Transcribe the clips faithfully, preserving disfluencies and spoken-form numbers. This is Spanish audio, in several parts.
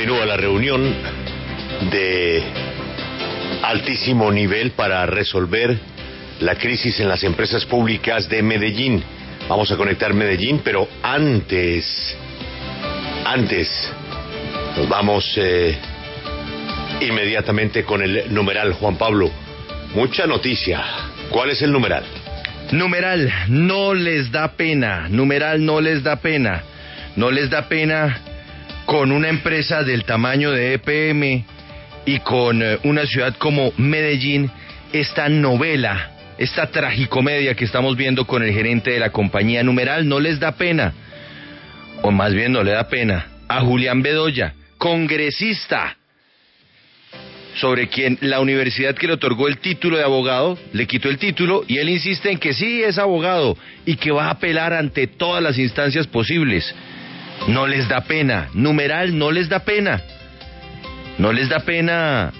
Continúa la reunión de altísimo nivel para resolver la crisis en las empresas públicas de Medellín. Vamos a conectar Medellín, pero antes, antes, nos vamos eh, inmediatamente con el numeral. Juan Pablo, mucha noticia. ¿Cuál es el numeral? Numeral, no les da pena. Numeral, no les da pena. No les da pena con una empresa del tamaño de E P M y con eh, una ciudad como Medellín, esta novela, esta tragicomedia que estamos viendo con el gerente de la compañía. Numeral, no les da pena, o más bien no le da pena, a Julián Bedoya, congresista, sobre quien la universidad que le otorgó el título de abogado le quitó el título, y él insiste en que sí es abogado y que va a apelar ante todas las instancias posibles. No les da pena. Numeral, no les da pena. No les da pena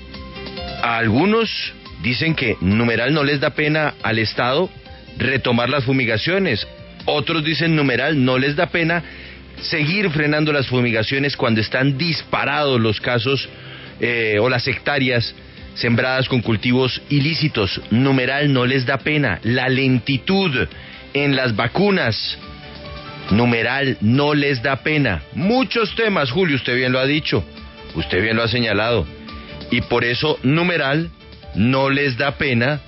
a algunos. Dicen que numeral, no les da pena al Estado retomar las fumigaciones. Otros dicen numeral, no les da pena seguir frenando las fumigaciones cuando están disparados los casos eh, o las hectáreas sembradas con cultivos ilícitos. Numeral, no les da pena la lentitud en las vacunas. Numeral, no les da pena. Muchos temas, Julio, usted bien lo ha dicho, usted bien lo ha señalado, y por eso, numeral, no les da pena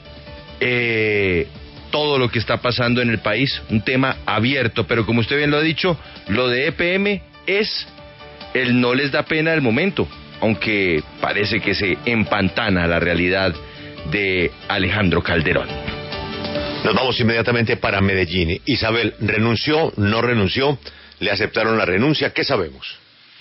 eh, todo lo que está pasando en el país. Un tema abierto, pero como usted bien lo ha dicho, lo de E P M es el no les da pena del momento, aunque parece que se empantana la realidad de Alejandro Calderón. Nos vamos inmediatamente para Medellín. Isabel, ¿renunció? ¿No renunció? ¿Le aceptaron la renuncia? ¿Qué sabemos?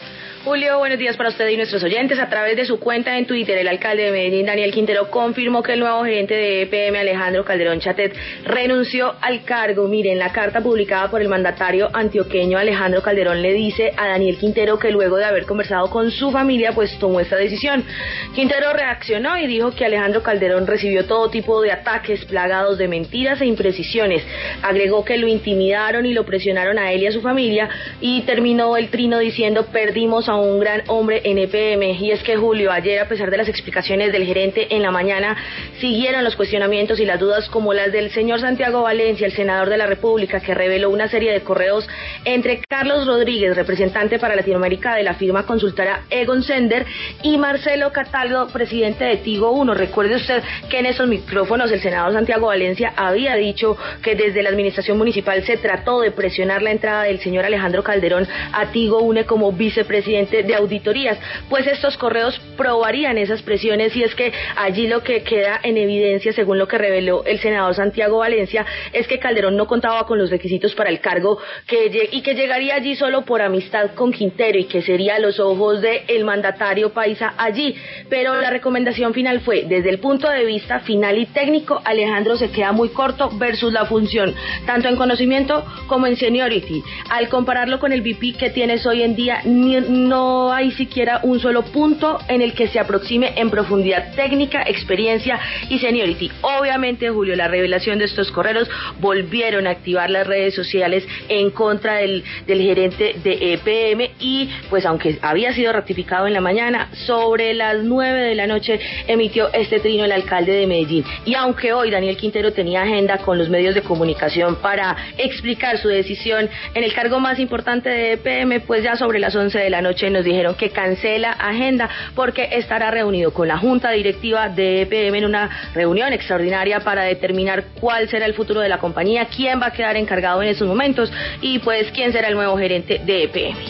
Julio, buenos días para usted y nuestros oyentes. A través de su cuenta en Twitter, el alcalde de Medellín, Daniel Quintero, confirmó que el nuevo gerente de E P M, Alejandro Calderón Chatet, renunció al cargo. Miren, la carta publicada por el mandatario antioqueño Alejandro Calderón le dice a Daniel Quintero que luego de haber conversado con su familia, pues tomó esta decisión. Quintero reaccionó y dijo que Alejandro Calderón recibió todo tipo de ataques plagados de mentiras e imprecisiones. Agregó que lo intimidaron y lo presionaron a él y a su familia, y terminó el trino diciendo: perdimos a un gran hombre en E P M. Y es que, Julio, ayer, a pesar de las explicaciones del gerente en la mañana, siguieron los cuestionamientos y las dudas, como las del señor Santiago Valencia, el senador de la República, que reveló una serie de correos entre Carlos Rodríguez, representante para Latinoamérica de la firma consultora Egon Zehnder, y Marcelo Cataldo, presidente de Tigo uno. Recuerde usted que en esos micrófonos el senador Santiago Valencia había dicho que desde la administración municipal se trató de presionar la entrada del señor Alejandro Calderón a Tigo uno como vicepresidente de auditorías. Pues estos correos probarían esas presiones, y es que allí lo que queda en evidencia, según lo que reveló el senador Santiago Valencia, es que Calderón no contaba con los requisitos para el cargo, que y que llegaría allí solo por amistad con Quintero, y que sería a los ojos del mandatario paisa allí. Pero la recomendación final fue: desde el punto de vista final y técnico, Alejandro se queda muy corto versus la función, tanto en conocimiento como en seniority. Al compararlo con el V P que tienes hoy en día, ni, no hay siquiera un solo punto en el que se aproxime en profundidad técnica, experiencia y seniority. Obviamente, Julio, la revelación de estos correos volvieron a activar las redes sociales en contra del, del gerente de E P M, y pues aunque había sido ratificado en la mañana, sobre las nueve de la noche emitió este trino el alcalde de Medellín. Y aunque hoy Daniel Quintero tenía agenda con los medios de comunicación para explicar su decisión en el cargo más importante de E P M, pues ya sobre las once de la noche nos dijeron que cancela agenda porque estará reunido con la junta directiva de E P M en una reunión extraordinaria para determinar cuál será el futuro de la compañía, quién va a quedar encargado en esos momentos y pues quién será el nuevo gerente de E P M.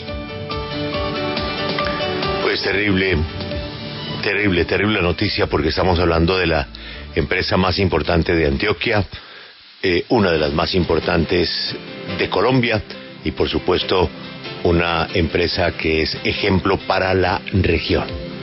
Pues terrible, terrible, terrible noticia, porque estamos hablando de la empresa más importante de Antioquia, eh, una de las más importantes de Colombia, y por supuesto una empresa que es ejemplo para la región.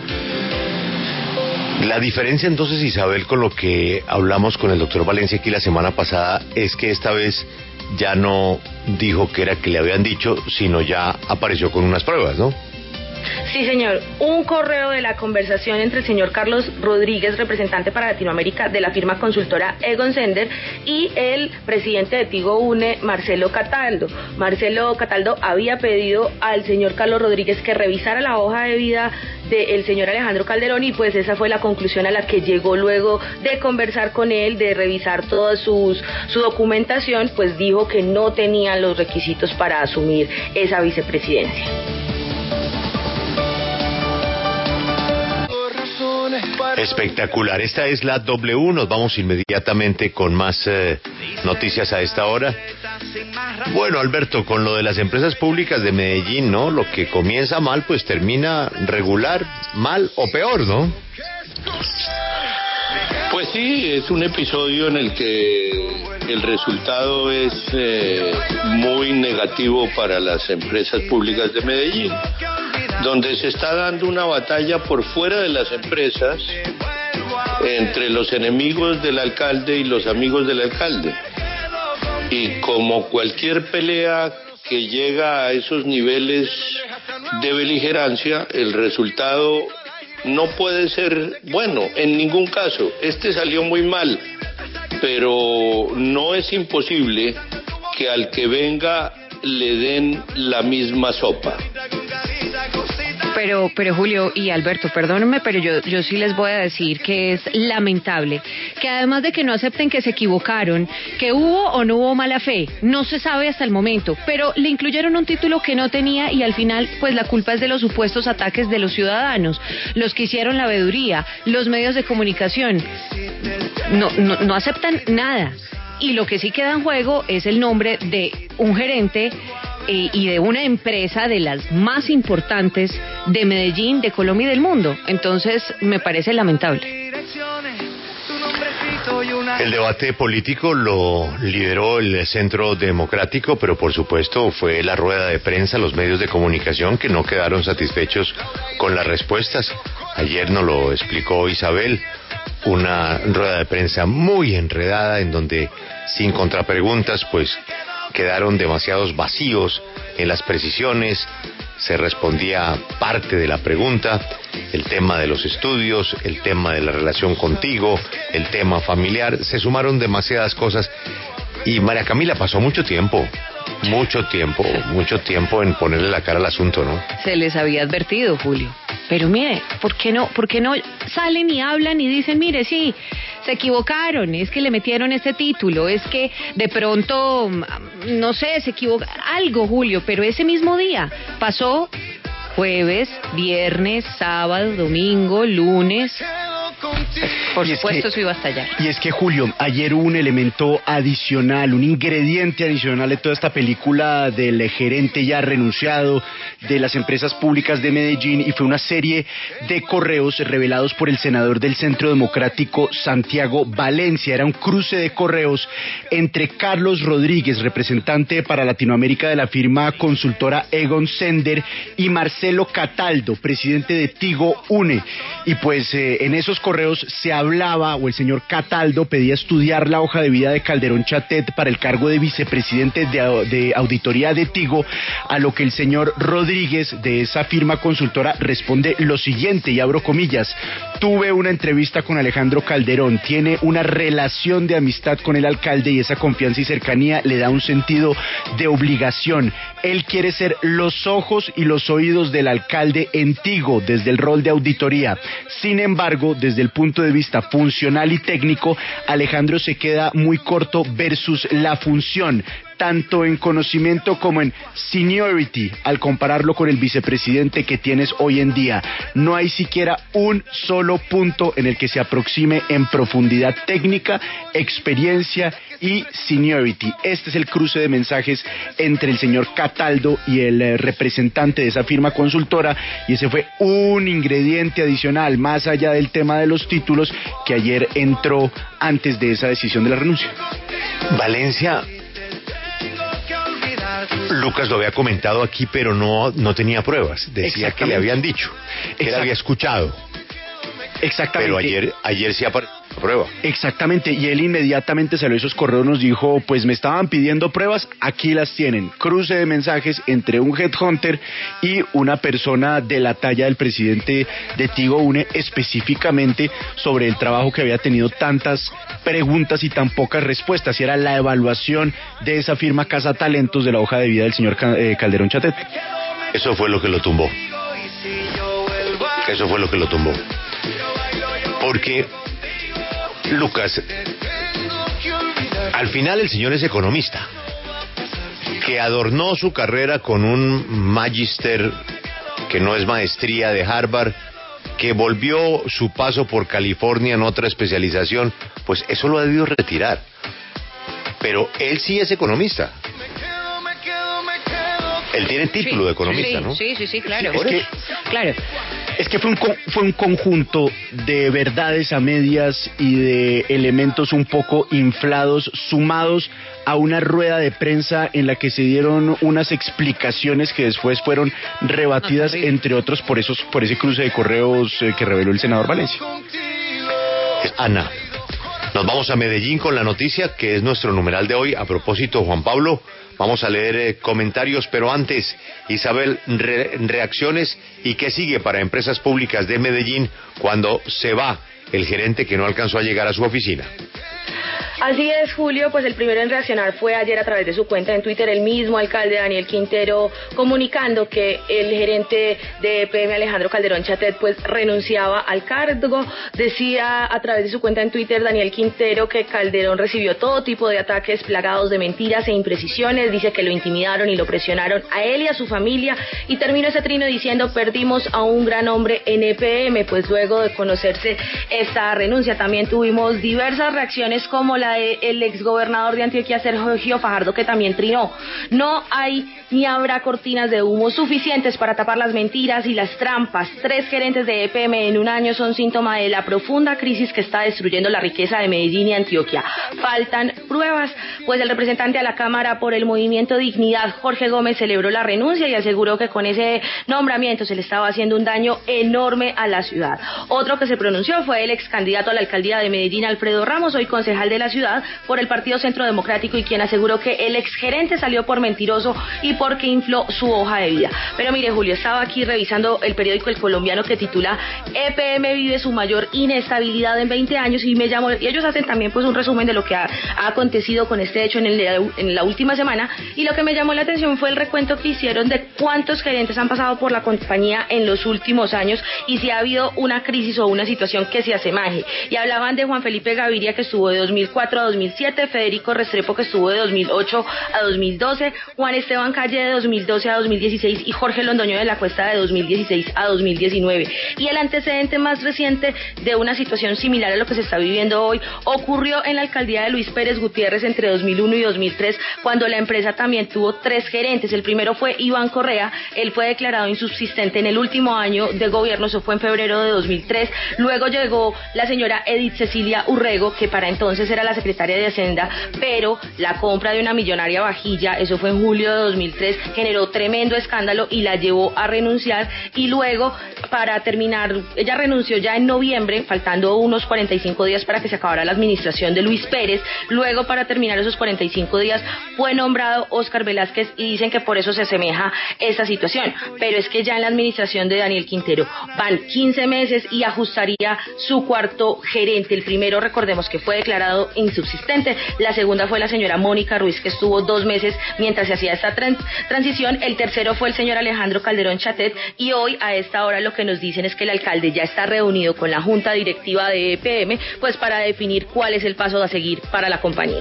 La diferencia entonces, Isabel, con lo que hablamos con el doctor Valencia aquí la semana pasada, es que esta vez ya no dijo que era que le habían dicho, sino ya apareció con unas pruebas, ¿no? Sí, señor. Un correo de la conversación entre el señor Carlos Rodríguez, representante para Latinoamérica de la firma consultora Egon Zehnder, y el presidente de Tigo Une, Marcelo Cataldo. Marcelo Cataldo había pedido al señor Carlos Rodríguez que revisara la hoja de vida del señor Alejandro Calderón, y pues esa fue la conclusión a la que llegó luego de conversar con él, de revisar toda sus, su documentación, pues dijo que no tenían los requisitos para asumir esa vicepresidencia. Espectacular, esta es la W, nos vamos inmediatamente con más eh, noticias a esta hora. Bueno, Alberto, con lo de las empresas públicas de Medellín, ¿no? Lo que comienza mal, pues termina regular, mal o peor, ¿no? Pues sí, es un episodio en el que el resultado es eh, muy negativo para las empresas públicas de Medellín, donde se está dando una batalla por fuera de las empresas entre los enemigos del alcalde y los amigos del alcalde. Y como cualquier pelea que llega a esos niveles de beligerancia, el resultado no puede ser bueno en ningún caso. Este salió muy mal, pero no es imposible que al que venga le den la misma sopa. Pero, pero Julio y Alberto, perdónenme, pero yo, yo sí les voy a decir que es lamentable que además de que no acepten que se equivocaron, que hubo o no hubo mala fe, no se sabe hasta el momento, pero le incluyeron un título que no tenía y al final pues la culpa es de los supuestos ataques de los ciudadanos, los que hicieron la veeduría, los medios de comunicación. No, no, no aceptan nada. Y lo que sí queda en juego es el nombre de un gerente eh, y de una empresa de las más importantes de Medellín, de Colombia y del mundo. Entonces, me parece lamentable. El debate político lo lideró el Centro Democrático, pero por supuesto fue la rueda de prensa, los medios de comunicación que no quedaron satisfechos con las respuestas. Ayer nos lo explicó Isabel, una rueda de prensa muy enredada en donde sin contrapreguntas pues quedaron demasiados vacíos en las precisiones, se respondía parte de la pregunta, el tema de los estudios, el tema de la relación contigo, el tema familiar, se sumaron demasiadas cosas y María Camila pasó mucho tiempo, mucho tiempo, mucho tiempo en ponerle la cara al asunto, ¿no? Se les había advertido, Julio. Pero mire, ¿por qué no, por qué no salen y hablan y dicen, mire, sí, se equivocaron, es que le metieron este título, es que de pronto, no sé, se equivoca, algo, Julio, pero ese mismo día pasó jueves, viernes, sábado, domingo, lunes. Por supuesto, eso iba a estallar. Y es que, Julio, ayer hubo un elemento adicional, un ingrediente adicional de toda esta película del gerente ya renunciado de las empresas públicas de Medellín, y fue una serie de correos revelados por el senador del Centro Democrático, Santiago Valencia. Era un cruce de correos entre Carlos Rodríguez, representante para Latinoamérica de la firma consultora Egon Zehnder, y Marcelo Cataldo, presidente de Tigo Une. Y pues eh, en esos correos se hablaba, o el señor Cataldo pedía estudiar la hoja de vida de Calderón Chatet para el cargo de vicepresidente de, de auditoría de Tigo, a lo que el señor Rodríguez de esa firma consultora responde lo siguiente, y abro comillas: tuve una entrevista con Alejandro Calderón, tiene una relación de amistad con el alcalde y esa confianza y cercanía le da un sentido de obligación. Él quiere ser los ojos y los oídos del alcalde en Tigo desde el rol de auditoría. Sin embargo, desde el punto de vista funcional y técnico, Alejandro se queda muy corto versus la función, tanto en conocimiento como en seniority, al compararlo con el vicepresidente que tienes hoy en día. No hay siquiera un solo punto en el que se aproxime en profundidad técnica, experiencia y seniority. Este es el cruce de mensajes entre el señor Cataldo y el eh, representante de esa firma consultora, y ese fue un ingrediente adicional, más allá del tema de los títulos, que ayer entró antes de esa decisión de la renuncia. Valencia, Lucas lo había comentado aquí, pero no, no tenía pruebas. Decía que le habían dicho, que él había escuchado. Exactamente. Pero ayer, ayer sí apareció prueba. Exactamente, y él inmediatamente salió esos correos, nos dijo, pues me estaban pidiendo pruebas, aquí las tienen. Cruce de mensajes entre un headhunter y una persona de la talla del presidente de Tigo Une, específicamente sobre el trabajo que había tenido tantas preguntas y tan pocas respuestas, y era la evaluación de esa firma Casa Talentos de la hoja de vida del señor Calderón Chatet. Eso fue lo que lo tumbó. Eso fue lo que lo tumbó. Porque, Lucas, al final el señor es economista, que adornó su carrera con un magíster que no es maestría de Harvard, que volvió su paso por California en otra especialización, pues eso lo ha debido retirar. Pero él sí es economista. Él tiene título sí, de economista, sí, ¿no? Sí, sí, sí, claro. Es que, claro. Es que fue un, fue un conjunto de verdades a medias y de elementos un poco inflados, sumados a una rueda de prensa en la que se dieron unas explicaciones que después fueron rebatidas, no, entre otros, por esos, por ese cruce de correos eh, que reveló el senador Valencia. Ana, nos vamos a Medellín con la noticia, que es nuestro numeral de hoy. A propósito, Juan Pablo, vamos a leer eh, comentarios, pero antes, Isabel, re reacciones y qué sigue para empresas públicas de Medellín cuando se va el gerente que no alcanzó a llegar a su oficina. Así es, Julio, pues el primero en reaccionar fue ayer a través de su cuenta en Twitter el mismo alcalde Daniel Quintero, comunicando que el gerente de E P M, Alejandro Calderón Chatet, pues renunciaba al cargo. Decía a través de su cuenta en Twitter Daniel Quintero que Calderón recibió todo tipo de ataques plagados de mentiras e imprecisiones. Dice que lo intimidaron y lo presionaron a él y a su familia, y terminó ese trino diciendo: perdimos a un gran hombre en E P M. Pues luego de conocerse esta renuncia, también tuvimos diversas reacciones, como la del exgobernador de Antioquia, Sergio Fajardo, que también trinó: no hay ni habrá cortinas de humo suficientes para tapar las mentiras y las trampas. Tres gerentes de E P M en un año son síntoma de la profunda crisis que está destruyendo la riqueza de Medellín y Antioquia. Faltan pruebas. Pues el representante a la Cámara por el Movimiento Dignidad, Jorge Gómez, celebró la renuncia y aseguró que con ese nombramiento se le estaba haciendo un daño enorme a la ciudad. Otro que se pronunció fue el ex candidato a la alcaldía de Medellín, Alfredo Ramos, hoy concejal de la ciudad por el Partido Centro Democrático, y quien aseguró que el exgerente salió por mentiroso y porque infló su hoja de vida. Pero mire, Julio, estaba aquí revisando el periódico El Colombiano, que titula E P M vive su mayor inestabilidad en veinte años, y me llamó, y ellos hacen también pues un resumen de lo que ha, ha acontecido con este hecho en, el, en la última semana, y lo que me llamó la atención fue el recuento que hicieron de cuántos gerentes han pasado por la compañía en los últimos años y si ha habido una crisis o una situación que se asemeje. Y hablaban de Juan Felipe Gaviria, que estuvo de dos mil cuatro a dos mil siete, Federico Restrepo, que estuvo de dos mil ocho a dos mil doce, Juan Esteban Calle de dos mil doce a dos mil dieciséis y Jorge Londoño de la Cuesta de dos mil dieciséis a dos mil diecinueve. Y el antecedente más reciente de una situación similar a lo que se está viviendo hoy ocurrió en la alcaldía de Luis Pérez Gutiérrez entre dos mil uno y dos mil tres, cuando la empresa también tuvo tres gerentes. El primero fue Iván Correa, él fue declarado insubsistente en el último año de gobierno, eso fue en febrero de dos mil tres. Luego llegó la señora Edith Cecilia Urrego, que para entonces era la secretaria de Hacienda, pero la compra de una millonaria vajilla, eso fue en julio de dos mil tres, generó tremendo escándalo y la llevó a renunciar. Y luego, para terminar, ella renunció ya en noviembre, faltando unos cuarenta y cinco días para que se acabara la administración de Luis Pérez. Luego, para terminar esos cuarenta y cinco días, fue nombrado Óscar Velázquez, y dicen que por eso se asemeja esta situación. Pero es que ya en la administración de Daniel Quintero van quince meses y ajustaría su cuarto gerente. El primero, recordemos que fue declarado insubsistente. La segunda fue la señora Mónica Ruiz, que estuvo dos meses mientras se hacía esta tran transición. El tercero fue el señor Alejandro Calderón Chatet, y hoy a esta hora lo que nos dicen es que el alcalde ya está reunido con la junta directiva de E P M, pues para definir cuál es el paso a seguir para la compañía.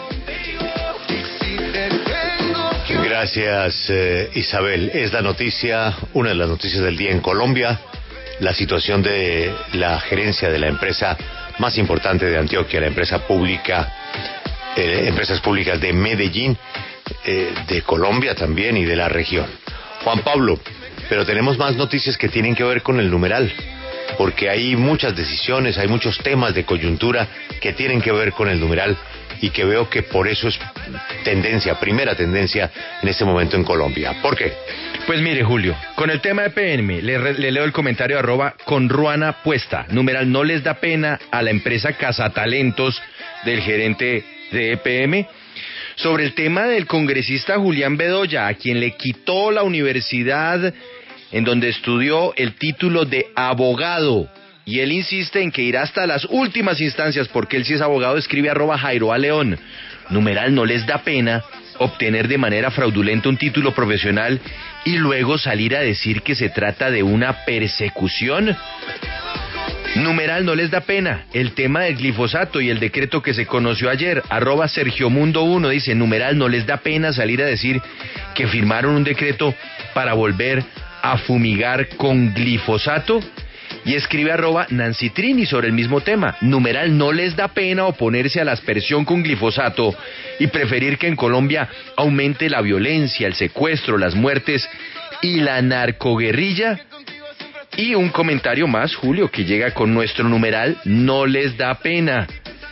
Gracias, eh, Isabel. Es la noticia, una de las noticias del día en Colombia, la situación de la gerencia de la empresa más importante de Antioquia, la empresa pública, eh, empresas públicas de Medellín, eh, de Colombia también y de la región. Juan Pablo, pero tenemos más noticias que tienen que ver con el numeral, porque hay muchas decisiones, hay muchos temas de coyuntura que tienen que ver con el numeral, y que veo que por eso es tendencia, primera tendencia en este momento en Colombia. ¿Por qué? Pues mire, Julio, con el tema de E P M, le, re, le leo el comentario arroba con Ruana Puesta, numeral, no les da pena a la empresa Cazatalentos del gerente de E P M, sobre el tema del congresista Julián Bedoya, a quien le quitó la universidad en donde estudió el título de abogado, y él insiste en que irá hasta las últimas instancias porque él sí es abogado. Escribe arroba Jairo A. León, numeral, no les da pena obtener de manera fraudulenta un título profesional y luego salir a decir que se trata de una persecución. Numeral, no les da pena el tema del glifosato y el decreto que se conoció ayer. Arroba Sergio Mundo uno dice, numeral, no les da pena salir a decir que firmaron un decreto para volver a fumigar con glifosato. Y escribe arroba Nancy Trini sobre el mismo tema, numeral, no les da pena oponerse a la aspersión con glifosato y preferir que en Colombia aumente la violencia, el secuestro, las muertes y la narcoguerrilla. Y un comentario más, Julio, que llega con nuestro numeral, no les da pena.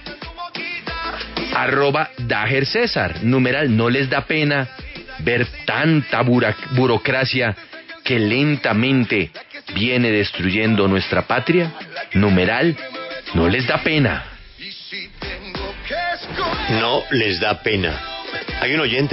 Arroba Dager César, numeral, no les da pena ver tanta bura- burocracia que lentamente viene destruyendo nuestra patria. Numeral, no les da pena. No les da pena. Hay un oyente